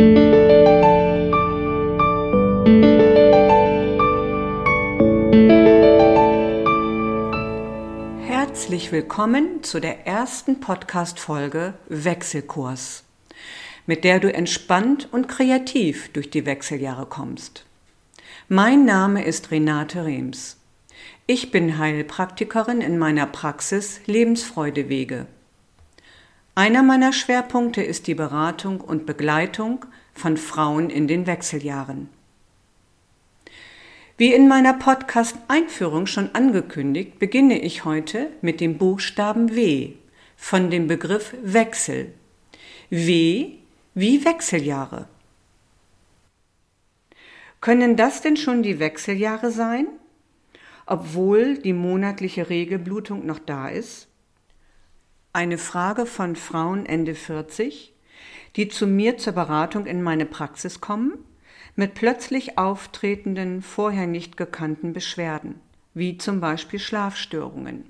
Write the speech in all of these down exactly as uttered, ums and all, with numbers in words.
Herzlich willkommen zu der ersten Podcast-Folge Wechselkurs, mit der du entspannt und kreativ durch die Wechseljahre kommst. Mein Name ist Renate Rehms. Ich bin Heilpraktikerin in meiner Praxis Lebensfreudewege. Einer meiner Schwerpunkte ist die Beratung und Begleitung von Frauen in den Wechseljahren. Wie in meiner Podcast-Einführung schon angekündigt, beginne ich heute mit dem Buchstaben W von dem Begriff Wechsel. W wie Wechseljahre. Können das denn schon die Wechseljahre sein, obwohl die monatliche Regelblutung noch da ist? Eine Frage von Frauen Ende vierzig, die zu mir zur Beratung in meine Praxis kommen, mit plötzlich auftretenden, vorher nicht gekannten Beschwerden, wie zum Beispiel Schlafstörungen.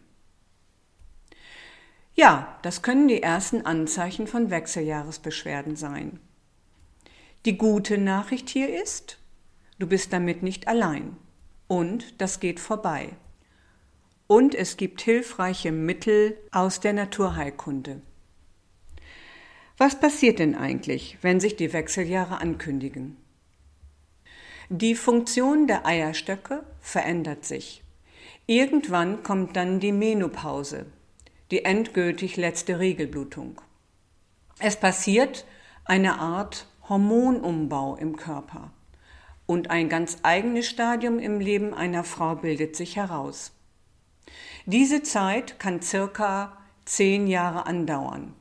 Ja, das können die ersten Anzeichen von Wechseljahresbeschwerden sein. Die gute Nachricht hier ist, du bist damit nicht allein und das geht vorbei. Und es gibt hilfreiche Mittel aus der Naturheilkunde. Was passiert denn eigentlich, wenn sich die Wechseljahre ankündigen? Die Funktion der Eierstöcke verändert sich. Irgendwann kommt dann die Menopause, die endgültig letzte Regelblutung. Es passiert eine Art Hormonumbau im Körper und ein ganz eigenes Stadium im Leben einer Frau bildet sich heraus. Diese Zeit kann circa zehn Jahre andauern.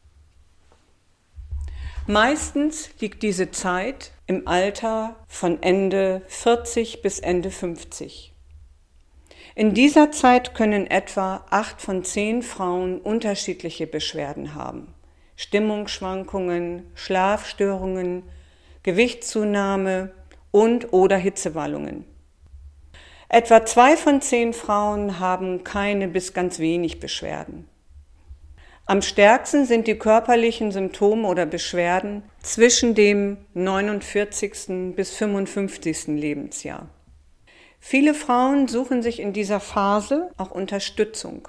Meistens liegt diese Zeit im Alter von Ende vierzig bis Ende fünfzig. In dieser Zeit können etwa acht von zehn Frauen unterschiedliche Beschwerden haben. Stimmungsschwankungen, Schlafstörungen, Gewichtszunahme und oder Hitzewallungen. Etwa zwei von zehn Frauen haben keine bis ganz wenig Beschwerden. Am stärksten sind die körperlichen Symptome oder Beschwerden zwischen dem neunundvierzigsten bis fünfundfünfzigsten Lebensjahr. Viele Frauen suchen sich in dieser Phase auch Unterstützung.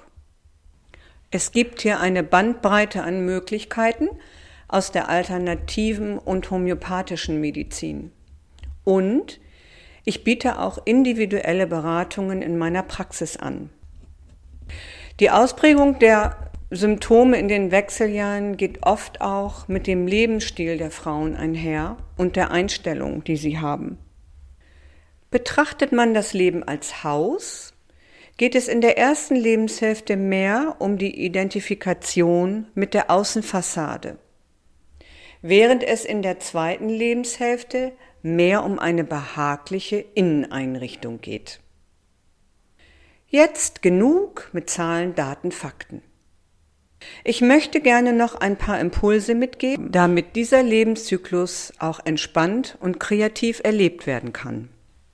Es gibt hier eine Bandbreite an Möglichkeiten aus der alternativen und homöopathischen Medizin. Und ich biete auch individuelle Beratungen in meiner Praxis an. Die Ausprägung der Symptome in den Wechseljahren geht oft auch mit dem Lebensstil der Frauen einher und der Einstellung, die sie haben. Betrachtet man das Leben als Haus, geht es in der ersten Lebenshälfte mehr um die Identifikation mit der Außenfassade, während es in der zweiten Lebenshälfte mehr um eine behagliche Inneneinrichtung geht. Jetzt genug mit Zahlen, Daten, Fakten. Ich möchte gerne noch ein paar Impulse mitgeben, damit dieser Lebenszyklus auch entspannt und kreativ erlebt werden kann.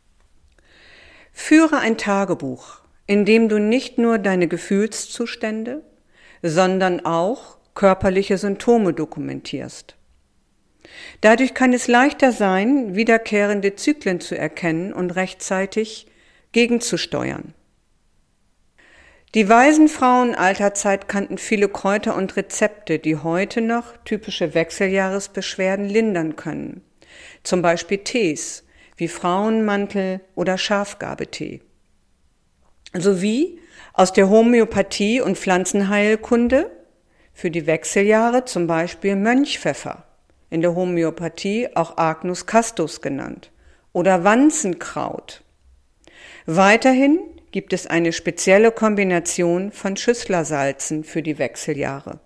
Führe ein Tagebuch, in dem du nicht nur deine Gefühlszustände, sondern auch körperliche Symptome dokumentierst. Dadurch kann es leichter sein, wiederkehrende Zyklen zu erkennen und rechtzeitig gegenzusteuern. Die weisen Frauen alter Zeit kannten viele Kräuter und Rezepte, die heute noch typische Wechseljahresbeschwerden lindern können. Zum Beispiel Tees wie Frauenmantel oder Schafgabetee. Sowie aus der Homöopathie und Pflanzenheilkunde für die Wechseljahre zum Beispiel Mönchpfeffer, in der Homöopathie auch Agnus castus genannt, oder Wanzenkraut. Weiterhin gibt es eine spezielle Kombination von Schüsslersalzen für die Wechseljahre.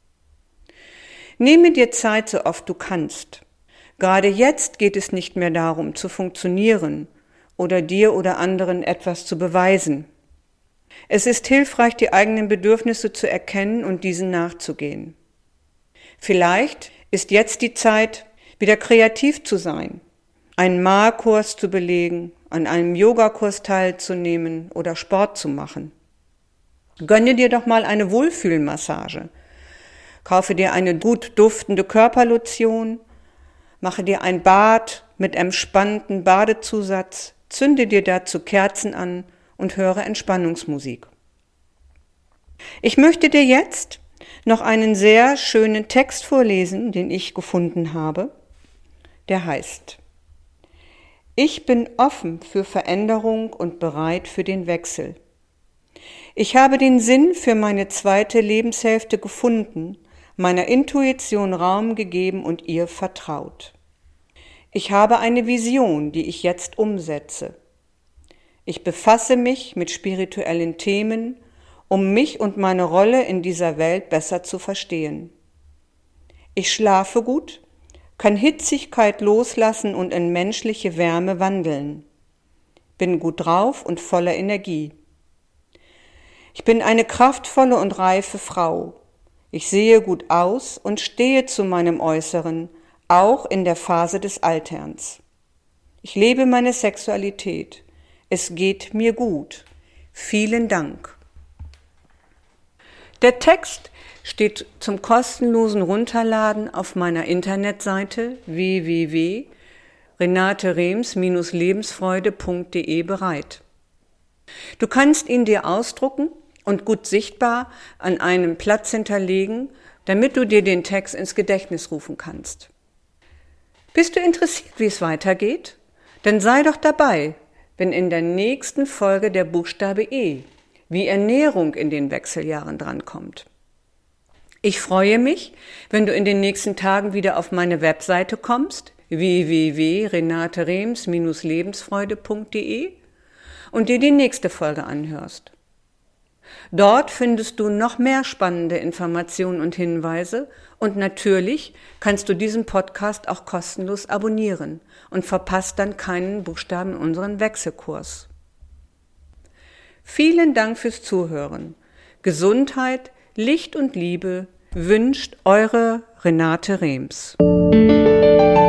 Nehme dir Zeit, so oft du kannst. Gerade jetzt geht es nicht mehr darum, zu funktionieren oder dir oder anderen etwas zu beweisen. Es ist hilfreich, die eigenen Bedürfnisse zu erkennen und diesen nachzugehen. Vielleicht ist jetzt die Zeit, wieder kreativ zu sein, einen Malkurs zu belegen, an einem Yogakurs teilzunehmen oder Sport zu machen. Gönne dir doch mal eine Wohlfühlmassage. Kaufe dir eine gut duftende Körperlotion, mache dir ein Bad mit entspannten Badezusatz, zünde dir dazu Kerzen an und höre Entspannungsmusik. Ich möchte dir jetzt noch einen sehr schönen Text vorlesen, den ich gefunden habe. Der heißt: Ich bin offen für Veränderung und bereit für den Wechsel. Ich habe den Sinn für meine zweite Lebenshälfte gefunden, meiner Intuition Raum gegeben und ihr vertraut. Ich habe eine Vision, die ich jetzt umsetze. Ich befasse mich mit spirituellen Themen, um mich und meine Rolle in dieser Welt besser zu verstehen. Ich schlafe gut, kann Hitzigkeit loslassen und in menschliche Wärme wandeln. Bin gut drauf und voller Energie. Ich bin eine kraftvolle und reife Frau. Ich sehe gut aus und stehe zu meinem Äußeren, auch in der Phase des Alterns. Ich lebe meine Sexualität. Es geht mir gut. Vielen Dank. Der Text steht zum kostenlosen Runterladen auf meiner Internetseite w w w punkt renate rems Bindestrich lebensfreude punkt de bereit. Du kannst ihn dir ausdrucken und gut sichtbar an einem Platz hinterlegen, damit du dir den Text ins Gedächtnis rufen kannst. Bist du interessiert, wie es weitergeht? Dann sei doch dabei, wenn in der nächsten Folge der Buchstabe E, wie Ernährung in den Wechseljahren drankommt. Ich freue mich, wenn du in den nächsten Tagen wieder auf meine Webseite kommst, w w w punkt renate rems Bindestrich lebensfreude punkt de, und dir die nächste Folge anhörst. Dort findest du noch mehr spannende Informationen und Hinweise und natürlich kannst du diesen Podcast auch kostenlos abonnieren und verpasst dann keinen Buchstaben in unseren Wechselkurs. Vielen Dank fürs Zuhören. Gesundheit, Licht und Liebe wünscht eure Renate Rems.